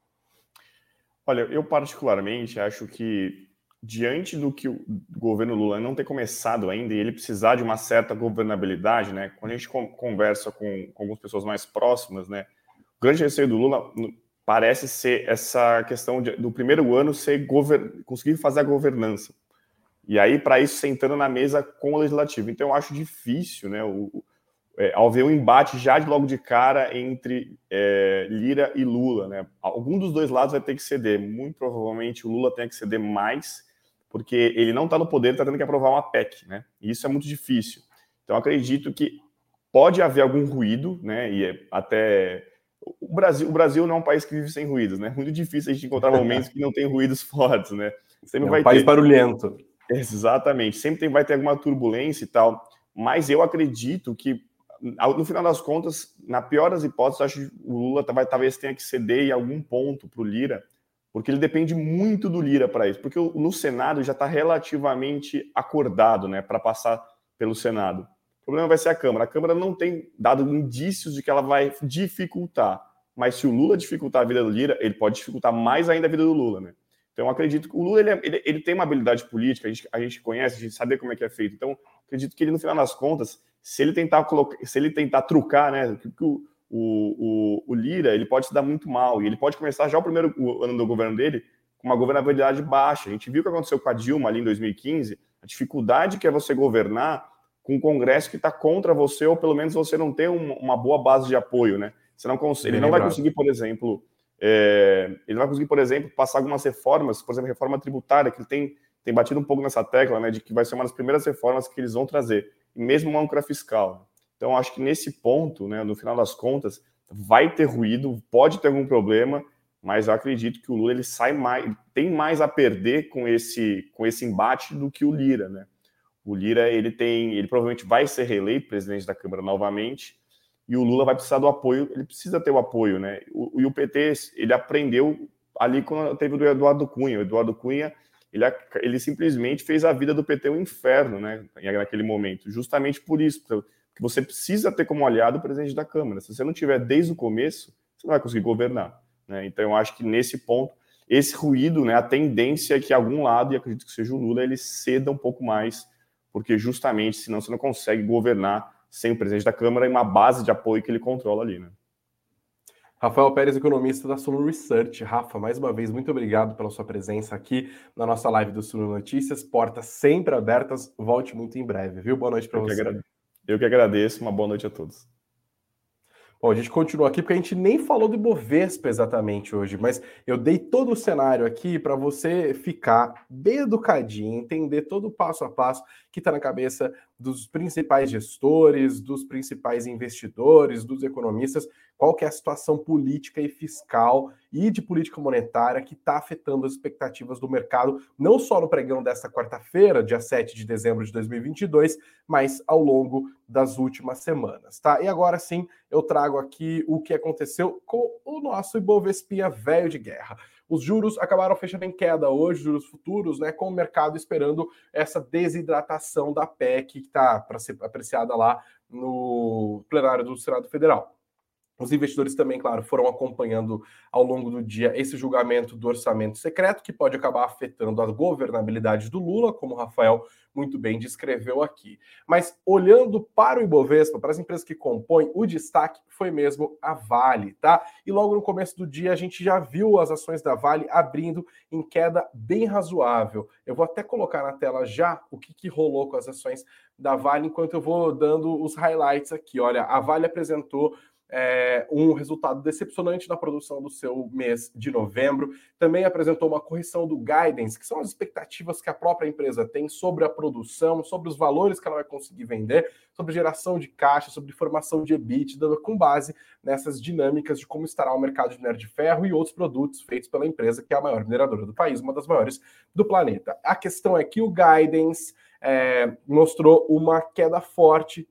Olha, eu particularmente acho que diante do que o governo Lula não ter começado ainda e ele precisar de uma certa governabilidade, né? Quando a gente conversa com, com algumas pessoas mais próximas, né? O grande receio do Lula parece ser essa questão de, do primeiro ano ser govern, conseguir fazer a governança. E aí, para isso, sentando na mesa com o legislativo. Então, eu acho difícil, né? O, é, ao ver um embate já de logo de cara entre é, Lira e Lula, né? Algum dos dois lados vai ter que ceder. Muito provavelmente o Lula tem que ceder mais, porque ele não está no poder, está tendo que aprovar uma P E C, né? E isso é muito difícil. Então, acredito que pode haver algum ruído, né? E é até o Brasil, o Brasil não é um país que vive sem ruídos, né? É muito difícil a gente encontrar momentos que não tem ruídos fortes, né? Sempre é um vai país ter... barulhento. Exatamente. Sempre tem, vai ter alguma turbulência e tal. Mas eu acredito que, no final das contas, na pior das hipóteses, acho que o Lula vai, talvez tenha que ceder em algum ponto para o Lira, porque ele depende muito do Lira para isso, porque no Senado já está relativamente acordado, né, para passar pelo Senado. O problema vai ser a Câmara. A Câmara não tem dado indícios de que ela vai dificultar, mas se o Lula dificultar a vida do Lira, ele pode dificultar mais ainda a vida do Lula, né? Então, eu acredito que o Lula ele, ele, ele tem uma habilidade política, a gente, a gente conhece, a gente sabe como é que é feito. Então, acredito que ele, no final das contas, se ele tentar, colocar, se ele tentar trucar, né, que, que o, o, o, o Lira ele pode se dar muito mal, e ele pode começar já o primeiro ano do governo dele com uma governabilidade baixa. A gente viu o que aconteceu com a Dilma ali em dois mil e quinze, a dificuldade que é você governar com um Congresso que está contra você, ou pelo menos você não tem um, uma boa base de apoio, né? Você não consegue, ele não vai conseguir, por exemplo... É, ele não vai conseguir, por exemplo, passar algumas reformas, por exemplo, reforma tributária, que ele tem, tem batido um pouco nessa tecla, né, de que vai ser uma das primeiras reformas que eles vão trazer, e mesmo uma âncora fiscal. Então, acho que nesse ponto, né, no final das contas, vai ter ruído, pode ter algum problema, mas eu acredito que o Lula ele sai mais, ele tem mais a perder com esse, com esse embate do que o Lira, né? O Lira, ele tem, ele provavelmente vai ser reeleito presidente da Câmara novamente, e o Lula vai precisar do apoio, ele precisa ter o apoio, né? O, e o P T, ele aprendeu ali quando teve o Eduardo Cunha. O Eduardo Cunha, ele, ele simplesmente fez a vida do P T um inferno, né, naquele momento, justamente por isso, porque você precisa ter como aliado o presidente da Câmara. Se você não tiver desde o começo, você não vai conseguir governar, né? Então eu acho que nesse ponto, esse ruído, né, a tendência é que algum lado, e acredito que seja o Lula, ele ceda um pouco mais, porque justamente, senão você não consegue governar sem o presidente da Câmara e uma base de apoio que ele controla ali, né? Rafael Pérez, economista da Suno Research. Rafa, mais uma vez, muito obrigado pela sua presença aqui na nossa live do Suno Notícias. Portas sempre abertas. Volte muito em breve, viu? Boa noite para você. Que Eu que agradeço. Uma boa noite a todos. Bom, a gente continua aqui porque a gente nem falou do Ibovespa exatamente hoje, mas eu dei todo o cenário aqui para você ficar bem educadinho, entender todo o passo a passo que está na cabeça dos principais gestores, dos principais investidores, dos economistas, qual que é a situação política e fiscal e de política monetária que está afetando as expectativas do mercado, não só no pregão desta quarta-feira, dia sete de dezembro de dois mil e vinte e dois, mas ao longo das últimas semanas, tá? E agora sim, eu trago aqui o que aconteceu com o nosso Ibovespinha velho de guerra. Os juros acabaram fechando em queda hoje, juros futuros, né, com o mercado esperando essa desidratação da P E C que está para ser apreciada lá no plenário do Senado Federal. Os investidores também, claro, foram acompanhando ao longo do dia esse julgamento do orçamento secreto, que pode acabar afetando a governabilidade do Lula, como o Rafael muito bem descreveu aqui. Mas olhando para o Ibovespa, para as empresas que compõem, o destaque foi mesmo a Vale, tá? E logo no começo do dia a gente já viu as ações da Vale abrindo em queda bem razoável. Eu vou até colocar na tela já o que, que rolou com as ações da Vale, enquanto eu vou dando os highlights aqui. Olha, a Vale apresentou É, um resultado decepcionante na produção do seu mês de novembro. Também apresentou uma correção do guidance, que são as expectativas que a própria empresa tem sobre a produção, sobre os valores que ela vai conseguir vender, sobre geração de caixa, sobre formação de EBITDA, com base nessas dinâmicas de como estará o mercado de minério de ferro e outros produtos feitos pela empresa, que é a maior mineradora do país, uma das maiores do planeta. A questão é que o guidance é, mostrou uma queda forte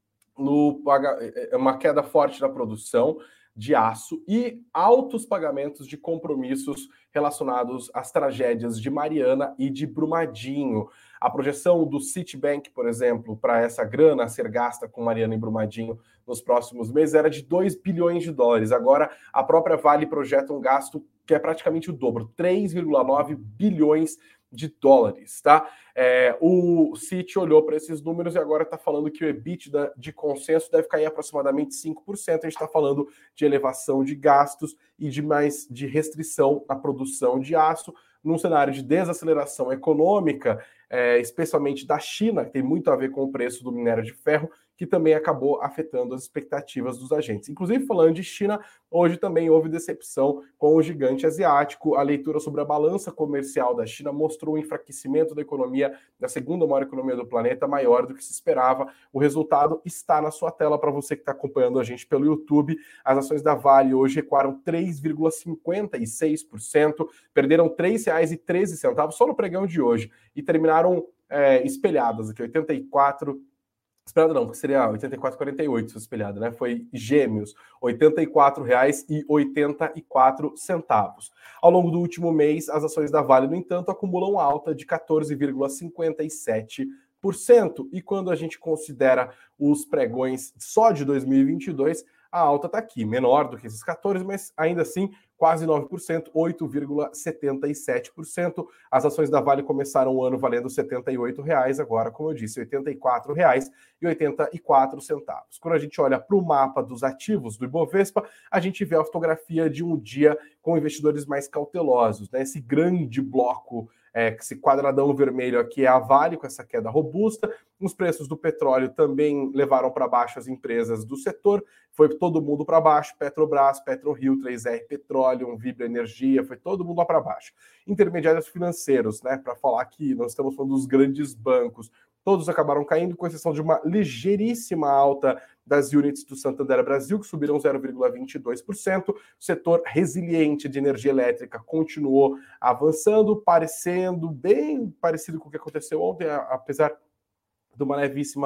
no uma queda forte na produção de aço e altos pagamentos de compromissos relacionados às tragédias de Mariana e de Brumadinho. A projeção do Citibank, por exemplo, para essa grana a ser gasta com Mariana e Brumadinho nos próximos meses era de dois bilhões de dólares. Agora, a própria Vale projeta um gasto que é praticamente o dobro, três vírgula nove bilhões de dólares, tá? É, o Citi olhou para esses números e agora está falando que o EBITDA de consenso deve cair aproximadamente cinco por cento. A gente está falando de elevação de gastos e de mais de restrição na produção de aço, num cenário de desaceleração econômica, é, especialmente da China, que tem muito a ver com o preço do minério de ferro, que também acabou afetando as expectativas dos agentes. Inclusive, falando de China, hoje também houve decepção com o gigante asiático. A leitura sobre a balança comercial da China mostrou um enfraquecimento da economia, da segunda maior economia do planeta, maior do que se esperava. O resultado está na sua tela para você que está acompanhando a gente pelo YouTube. As ações da Vale hoje recuaram três vírgula cinquenta e seis por cento, perderam três reais e treze centavos só no pregão de hoje e terminaram é, espelhadas aqui, oitenta e quatro. Espelhada não, porque seria oitenta e quatro vírgula quarenta e oito se espelhada, né? Foi gêmeos, oitenta e quatro reais e oitenta e quatro centavos. Ao longo do último mês, as ações da Vale, no entanto, acumulam alta de quatorze vírgula cinquenta e sete por cento. E quando a gente considera os pregões só de dois mil e vinte e dois, a alta está aqui, menor do que esses quatorze, mas ainda assim quase nove por cento, oito vírgula setenta e sete por cento. As ações da Vale começaram o ano valendo setenta e oito reais, agora, como eu disse, oitenta e quatro reais e oitenta e quatro centavos. Quando a gente olha para o mapa dos ativos do Ibovespa, a gente vê a fotografia de um dia com investidores mais cautelosos, né? Esse grande bloco, é, esse quadradão vermelho aqui é a Vale, com essa queda robusta. Os preços do petróleo também levaram para baixo as empresas do setor, foi todo mundo para baixo, Petrobras, PetroRio, três R Petróleo, Vibra Energia, foi todo mundo lá para baixo. Intermediários financeiros, né, para falar que nós estamos falando dos grandes bancos, todos acabaram caindo, com exceção de uma ligeiríssima alta das units do Santander Brasil, que subiram zero vírgula vinte e dois por cento. O setor resiliente de energia elétrica continuou avançando, parecendo bem parecido com o que aconteceu ontem, apesar de uma levíssima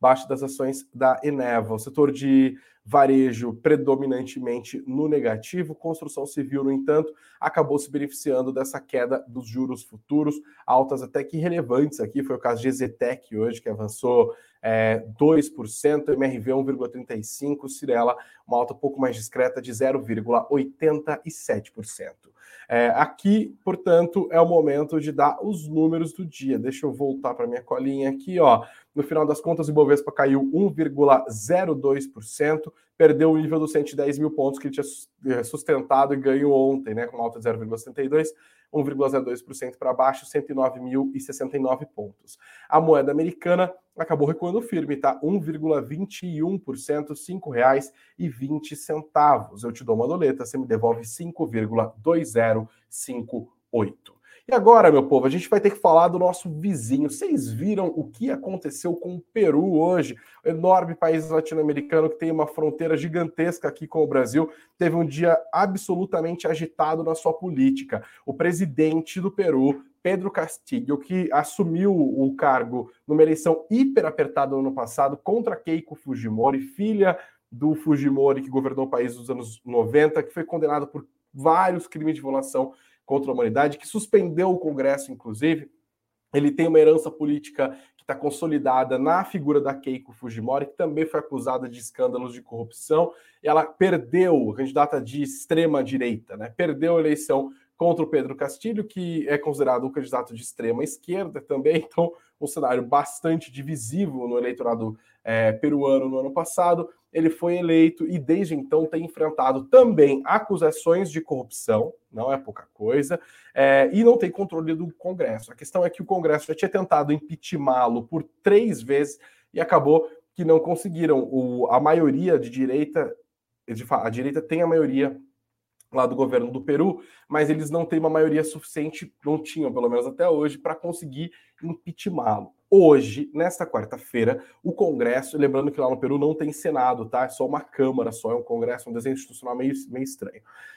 baixa das ações da Eneva. O setor de varejo predominantemente no negativo, construção civil, no entanto, acabou se beneficiando dessa queda dos juros futuros, altas até que relevantes aqui, foi o caso de Ezetec hoje, que avançou é, dois por cento, M R V um vírgula trinta e cinco por cento, Cyrela uma alta um pouco mais discreta de zero vírgula oitenta e sete por cento. É, aqui, portanto, é o momento de dar os números do dia. Deixa eu voltar para minha colinha aqui, ó. No final das contas, o Ibovespa caiu um vírgula zero dois por cento, perdeu o nível dos cento e dez mil pontos que ele tinha sustentado e ganhou ontem, né, com uma alta de zero vírgula setenta e dois por cento, um vírgula zero dois por cento para baixo, cento e nove mil e sessenta e nove pontos. A moeda americana acabou recuando firme, tá? um vírgula vinte e um por cento, cinco reais e vinte centavos. Eu te dou uma doleta, você me devolve cinco vírgula dois zero cinco oito. E agora, meu povo, a gente vai ter que falar do nosso vizinho. Vocês viram o que aconteceu com o Peru hoje? O enorme país latino-americano que tem uma fronteira gigantesca aqui com o Brasil, teve um dia absolutamente agitado na sua política. O presidente do Peru, Pedro Castillo, que assumiu o cargo numa eleição hiper apertada no ano passado contra Keiko Fujimori, filha do Fujimori que governou o país nos anos noventa, que foi condenado por vários crimes de violação contra a humanidade, que suspendeu o Congresso, inclusive. Ele tem uma herança política que está consolidada na figura da Keiko Fujimori, que também foi acusada de escândalos de corrupção. Ela perdeu, candidata de extrema-direita, né? Perdeu a eleição contra o Pedro Castillo, que é considerado um candidato de extrema-esquerda também, então um cenário bastante divisivo no eleitorado é, peruano no ano passado. Ele foi eleito e desde então tem enfrentado também acusações de corrupção, não é pouca coisa, é, e não tem controle do Congresso. A questão é que o Congresso já tinha tentado impeachá-lo por três vezes e acabou que não conseguiram. O, a maioria de direita, de, a direita tem a maioria lá do governo do Peru, mas eles não têm uma maioria suficiente, não tinham pelo menos até hoje, para conseguir impeachá-lo. Hoje, nesta quarta-feira, o Congresso, lembrando que lá no Peru não tem Senado, tá? É só uma Câmara, só é um Congresso, um desenho institucional meio, meio estranho.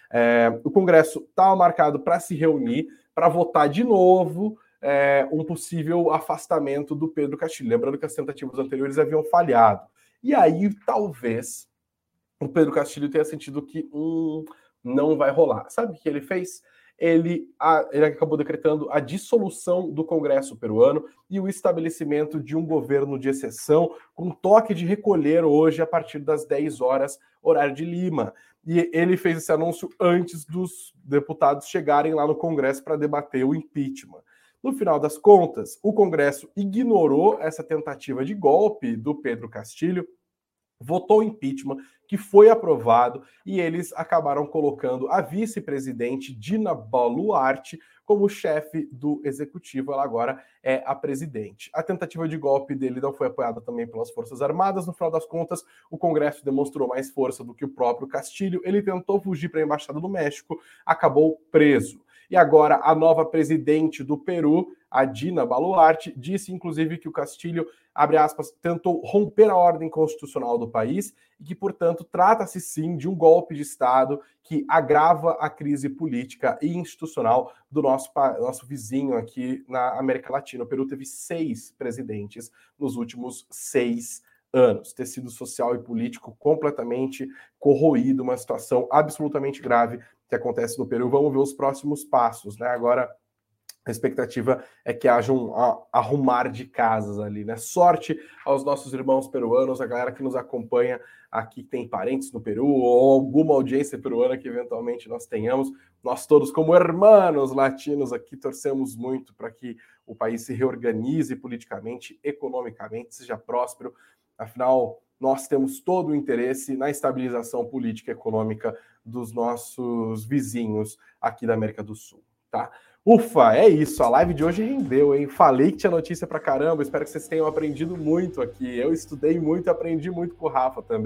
É, o Congresso estava marcado para se reunir, para votar de novo é, um possível afastamento do Pedro Castillo. Lembrando que as tentativas anteriores haviam falhado. E aí, talvez, o Pedro Castillo tenha sentido que hum, não vai rolar. Sabe o que ele fez? Ele, a, ele acabou decretando a dissolução do Congresso peruano e o estabelecimento de um governo de exceção com toque de recolher hoje a partir das dez horas, horário de Lima. E ele fez esse anúncio antes dos deputados chegarem lá no Congresso para debater o impeachment. No final das contas, o Congresso ignorou essa tentativa de golpe do Pedro Castillo, votou o impeachment, que foi aprovado, e eles acabaram colocando a vice-presidente Dina Boluarte como chefe do executivo. Ela agora é a presidente. A tentativa de golpe dele não foi apoiada também pelas Forças Armadas. No final das contas, o Congresso demonstrou mais força do que o próprio Castillo. Ele tentou fugir para a Embaixada do México, acabou preso. E agora a nova presidente do Peru, a Dina Boluarte, disse inclusive que o Castillo, abre aspas, tentou romper a ordem constitucional do país e que, portanto, trata-se sim de um golpe de Estado que agrava a crise política e institucional do nosso, nosso vizinho aqui na América Latina. O Peru teve seis presidentes nos últimos seis anos. Tecido social e político completamente corroído, uma situação absolutamente grave que acontece no Peru. Vamos ver os próximos passos, né? Agora, a expectativa é que haja um arrumar de casas ali, né? Sorte aos nossos irmãos peruanos, a galera que nos acompanha aqui, que tem parentes no Peru, ou alguma audiência peruana que eventualmente nós tenhamos. Nós todos, como hermanos latinos aqui, torcemos muito para que o país se reorganize politicamente, economicamente, seja próspero. Afinal, nós temos todo o interesse na estabilização política e econômica dos nossos vizinhos aqui da América do Sul, tá? Ufa, é isso, a live de hoje rendeu, hein? Falei que tinha notícia pra caramba, espero que vocês tenham aprendido muito aqui. Eu estudei muito e aprendi muito com o Rafa também.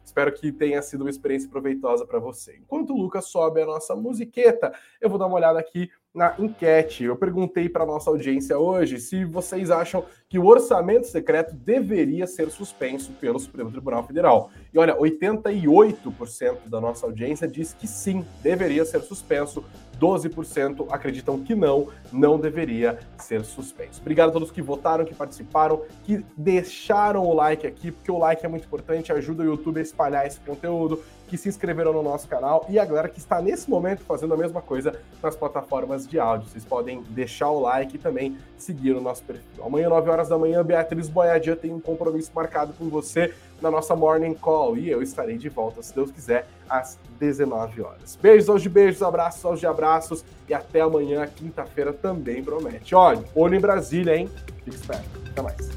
Espero que tenha sido uma experiência proveitosa para você. Enquanto o Lucas sobe a nossa musiqueta, eu vou dar uma olhada aqui na enquete. Eu perguntei para a nossa audiência hoje se vocês acham que o orçamento secreto deveria ser suspenso pelo Supremo Tribunal Federal. E olha, oitenta e oito por cento da nossa audiência diz que sim, deveria ser suspenso. doze por cento acreditam que não, não deveria ser suspenso. Obrigado a todos que votaram, que participaram, que deixaram o like aqui, porque o like é muito importante, ajuda o YouTube a espalhar esse conteúdo, que se inscreveram no nosso canal e a galera que está nesse momento fazendo a mesma coisa nas plataformas de áudio. Vocês podem deixar o like e também seguir o nosso perfil. Amanhã, nove horas da manhã, Beatriz Boiadia tem um compromisso marcado com você na nossa Morning Call e eu estarei de volta, se Deus quiser, às dezenove horas. Beijos aos de beijos, abraços aos de abraços e até amanhã, quinta-feira também promete. Olha, olho em Brasília, hein? Fique esperto. Até mais.